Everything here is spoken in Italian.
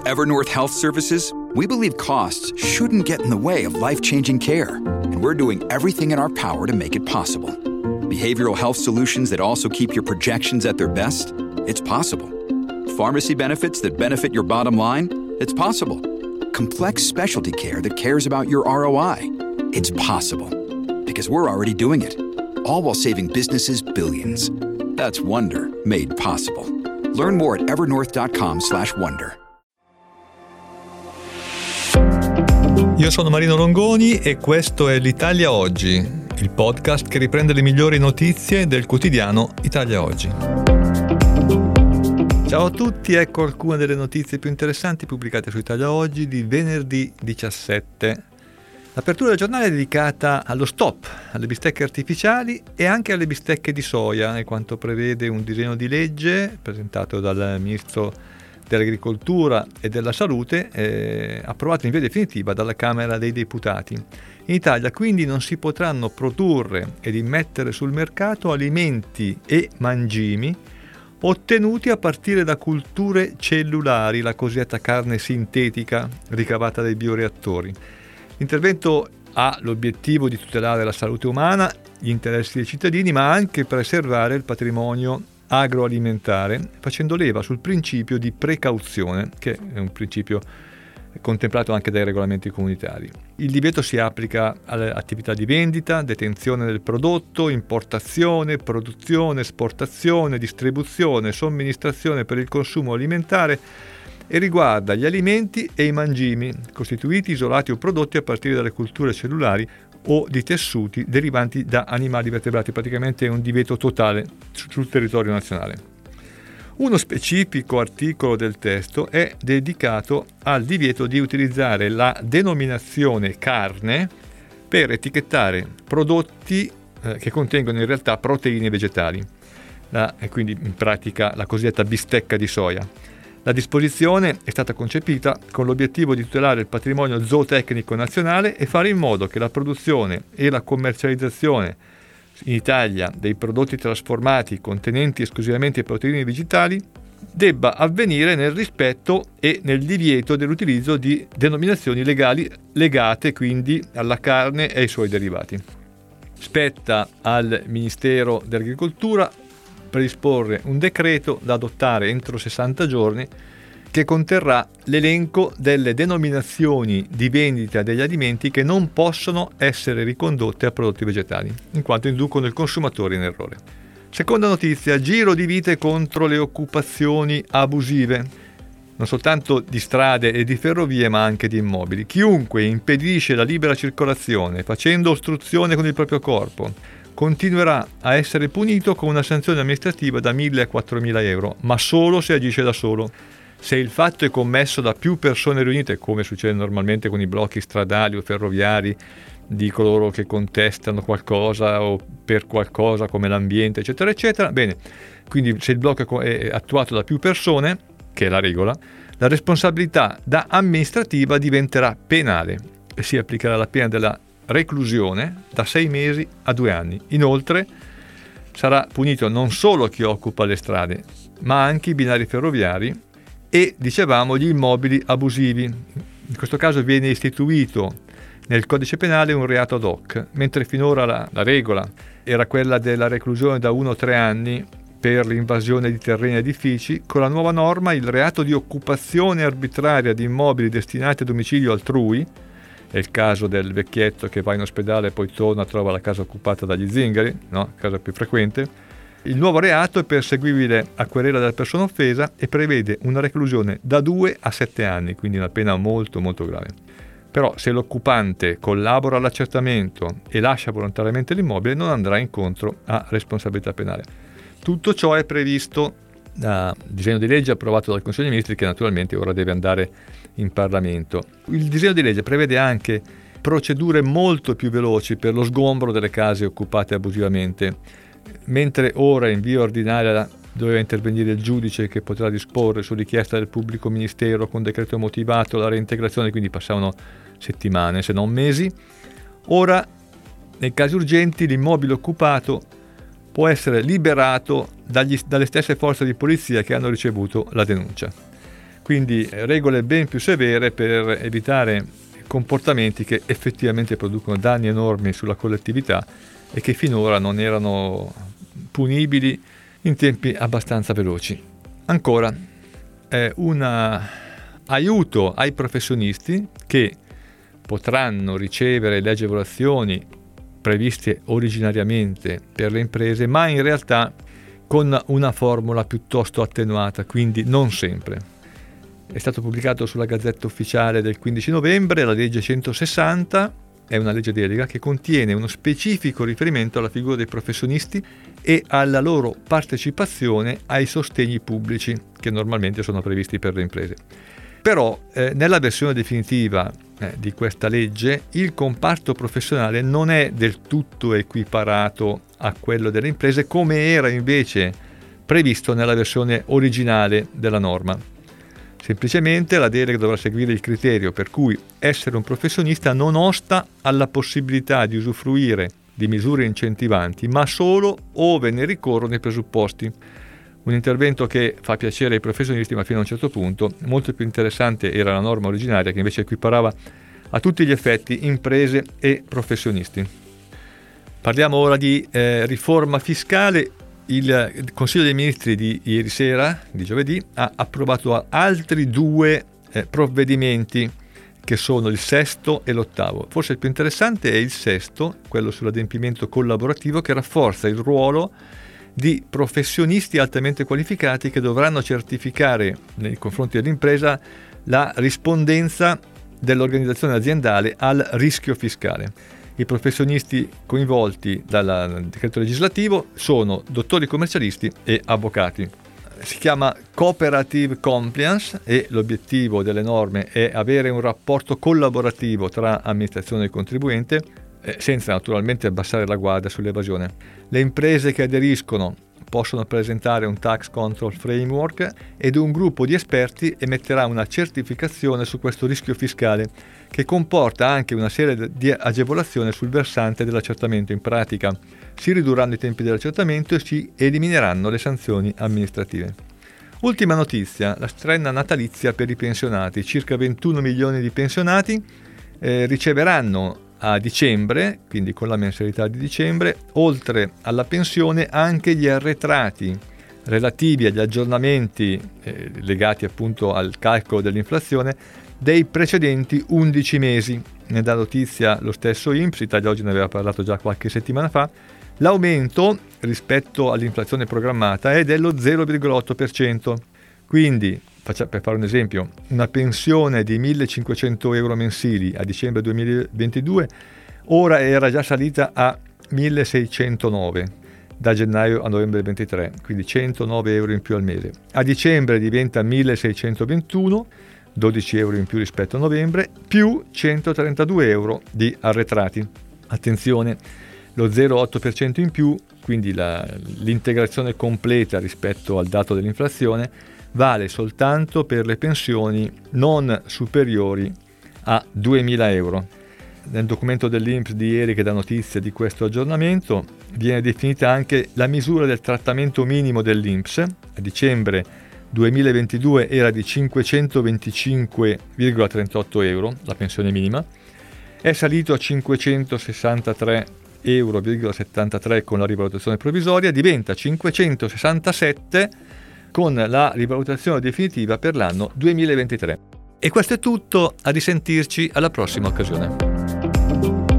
Evernorth Health Services, we believe costs shouldn't get in the way of life-changing care, and we're doing everything in our power to make it possible. Behavioral health solutions that also keep your projections at their best? It's possible. Pharmacy benefits that benefit your bottom line? It's possible. Complex specialty care that cares about your ROI? It's possible. Because we're already doing it. All while saving businesses billions. That's Wonder made possible. Learn more at evernorth.com/wonder. Io sono Marino Longoni e questo è l'Italia Oggi, il podcast che riprende le migliori notizie del quotidiano Italia Oggi. Ciao a tutti, ecco alcune delle notizie più interessanti pubblicate su Italia Oggi di venerdì 17. L'apertura del giornale è dedicata allo stop, alle bistecche artificiali e anche alle bistecche di soia, e quanto prevede un disegno di legge presentato dal Ministro dell'Agricoltura e della Salute, approvato in via definitiva dalla Camera dei Deputati. In Italia quindi non si potranno produrre ed immettere sul mercato alimenti e mangimi ottenuti a partire da culture cellulari, la cosiddetta carne sintetica ricavata dai bioreattori. L'intervento ha l'obiettivo di tutelare la salute umana, gli interessi dei cittadini, ma anche preservare il patrimonio agroalimentare, facendo leva sul principio di precauzione, che è un principio contemplato anche dai regolamenti comunitari. Il divieto si applica alle attività di vendita, detenzione del prodotto, importazione, produzione, esportazione, distribuzione, somministrazione per il consumo alimentare e riguarda gli alimenti e i mangimi, costituiti, isolati o prodotti a partire dalle culture cellulari o di tessuti derivanti da animali vertebrati. Praticamente è un divieto totale sul territorio nazionale. Uno specifico articolo del testo è dedicato al divieto di utilizzare la denominazione carne per etichettare prodotti che contengono in realtà proteine vegetali, e quindi in pratica la cosiddetta bistecca di soia. La disposizione è stata concepita con l'obiettivo di tutelare il patrimonio zootecnico nazionale e fare in modo che la produzione e la commercializzazione in Italia dei prodotti trasformati contenenti esclusivamente proteine vegetali debba avvenire nel rispetto e nel divieto dell'utilizzo di denominazioni legali legate quindi alla carne e ai suoi derivati. Spetta al Ministero dell'Agricoltura predisporre un decreto da adottare entro 60 giorni che conterrà l'elenco delle denominazioni di vendita degli alimenti che non possono essere ricondotte a prodotti vegetali, in quanto inducono il consumatore in errore. Seconda notizia, giro di vite contro le occupazioni abusive, non soltanto di strade e di ferrovie ma anche di immobili. Chiunque impedisce la libera circolazione facendo ostruzione con il proprio corpo continuerà a essere punito con una sanzione amministrativa da 1.000 a 4.000 euro, ma solo se agisce da solo. Se il fatto è commesso da più persone riunite, come succede normalmente con i blocchi stradali o ferroviari di coloro che contestano qualcosa o per qualcosa come l'ambiente, eccetera, eccetera, bene, quindi se il blocco è attuato da più persone, che è la regola, la responsabilità da amministrativa diventerà penale e si applicherà la pena della reclusione da 6 mesi a 2 anni. Inoltre sarà punito non solo chi occupa le strade, ma anche i binari ferroviari e, dicevamo, gli immobili abusivi. In questo caso viene istituito nel codice penale un reato ad hoc, mentre finora la regola era quella della reclusione da 1 a 3 anni per l'invasione di terreni e edifici. Con la nuova norma il reato di occupazione arbitraria di immobili destinati a domicilio altrui, è il caso del vecchietto che va in ospedale e poi torna, trova la casa occupata dagli zingari, no? Casa più frequente. Il nuovo reato è perseguibile a querela della persona offesa e prevede una reclusione da 2 a 7 anni, quindi una pena molto molto grave. Però se l'occupante collabora all'accertamento e lascia volontariamente l'immobile non andrà incontro a responsabilità penale. Tutto ciò è previsto da disegno di legge approvato dal Consiglio dei Ministri, che naturalmente ora deve andare in Parlamento. Il disegno di legge prevede anche procedure molto più veloci per lo sgombero delle case occupate abusivamente, mentre ora in via ordinaria doveva intervenire il giudice che potrà disporre su richiesta del pubblico ministero con decreto motivato la reintegrazione, quindi passavano settimane se non mesi. Ora, nei casi urgenti, l'immobile occupato può essere liberato dalle stesse forze di polizia che hanno ricevuto la denuncia. quindi regole ben più severe per evitare comportamenti che effettivamente producono danni enormi sulla collettività e che finora non erano punibili in tempi abbastanza veloci. Ancora, un aiuto ai professionisti che potranno ricevere le agevolazioni previste originariamente per le imprese, ma in realtà con una formula piuttosto attenuata, quindi non sempre. È stato pubblicato sulla Gazzetta Ufficiale del 15 novembre la legge 160, è una legge delega che contiene uno specifico riferimento alla figura dei professionisti e alla loro partecipazione ai sostegni pubblici che normalmente sono previsti per le imprese. Però nella versione definitiva di questa legge il comparto professionale non è del tutto equiparato a quello delle imprese come era invece previsto nella versione originale della norma. Semplicemente la delega dovrà seguire il criterio per cui essere un professionista non osta alla possibilità di usufruire di misure incentivanti, ma solo ove ne ricorrono i presupposti. Un intervento che fa piacere ai professionisti, ma fino a un certo punto. Molto più interessante era la norma originaria che invece equiparava a tutti gli effetti imprese e professionisti. Parliamo ora di riforma fiscale. Il Consiglio dei Ministri di ieri sera, di giovedì, ha approvato altri 2 provvedimenti che sono il sesto e l'8. Forse il più interessante è il sesto, quello sull'adempimento collaborativo, che rafforza il ruolo di professionisti altamente qualificati che dovranno certificare nei confronti dell'impresa la rispondenza dell'organizzazione aziendale al rischio fiscale. I professionisti coinvolti dal decreto legislativo sono dottori commercialisti e avvocati. Si chiama Cooperative Compliance e l'obiettivo delle norme è avere un rapporto collaborativo tra amministrazione e contribuente, senza naturalmente abbassare la guardia sull'evasione. Le imprese che aderiscono possono presentare un Tax Control Framework ed un gruppo di esperti emetterà una certificazione su questo rischio fiscale che comporta anche una serie di agevolazioni sul versante dell'accertamento. In pratica si ridurranno i tempi dell'accertamento e si elimineranno le sanzioni amministrative. Ultima notizia, la strenna natalizia per i pensionati. Circa 21 milioni di pensionati riceveranno a dicembre, quindi con la mensilità di dicembre, oltre alla pensione anche gli arretrati relativi agli aggiornamenti legati appunto al calcolo dell'inflazione dei precedenti 11 mesi. Ne dà notizia lo stesso INPS, Italia Oggi ne aveva parlato già qualche settimana fa. L'aumento rispetto all'inflazione programmata è dello 0,8%. Quindi, per fare un esempio, una pensione di 1.500 euro mensili a dicembre 2022 ora era già salita a 1.609 da gennaio a novembre 23, quindi 109 euro in più al mese. A dicembre diventa 1.621, 12 euro in più rispetto a novembre, più 132 euro di arretrati. Attenzione, lo 0,8% in più, quindi l'integrazione completa rispetto al dato dell'inflazione, vale soltanto per le pensioni non superiori a 2.000 euro. Nel documento dell'INPS di ieri che dà notizia di questo aggiornamento viene definita anche la misura del trattamento minimo dell'INPS. A dicembre 2022 era di 525,38 euro, la pensione minima, è salito a 563,73 euro con la rivalutazione provvisoria, diventa 567 con la rivalutazione definitiva per l'anno 2023. E questo è tutto, a risentirci alla prossima occasione.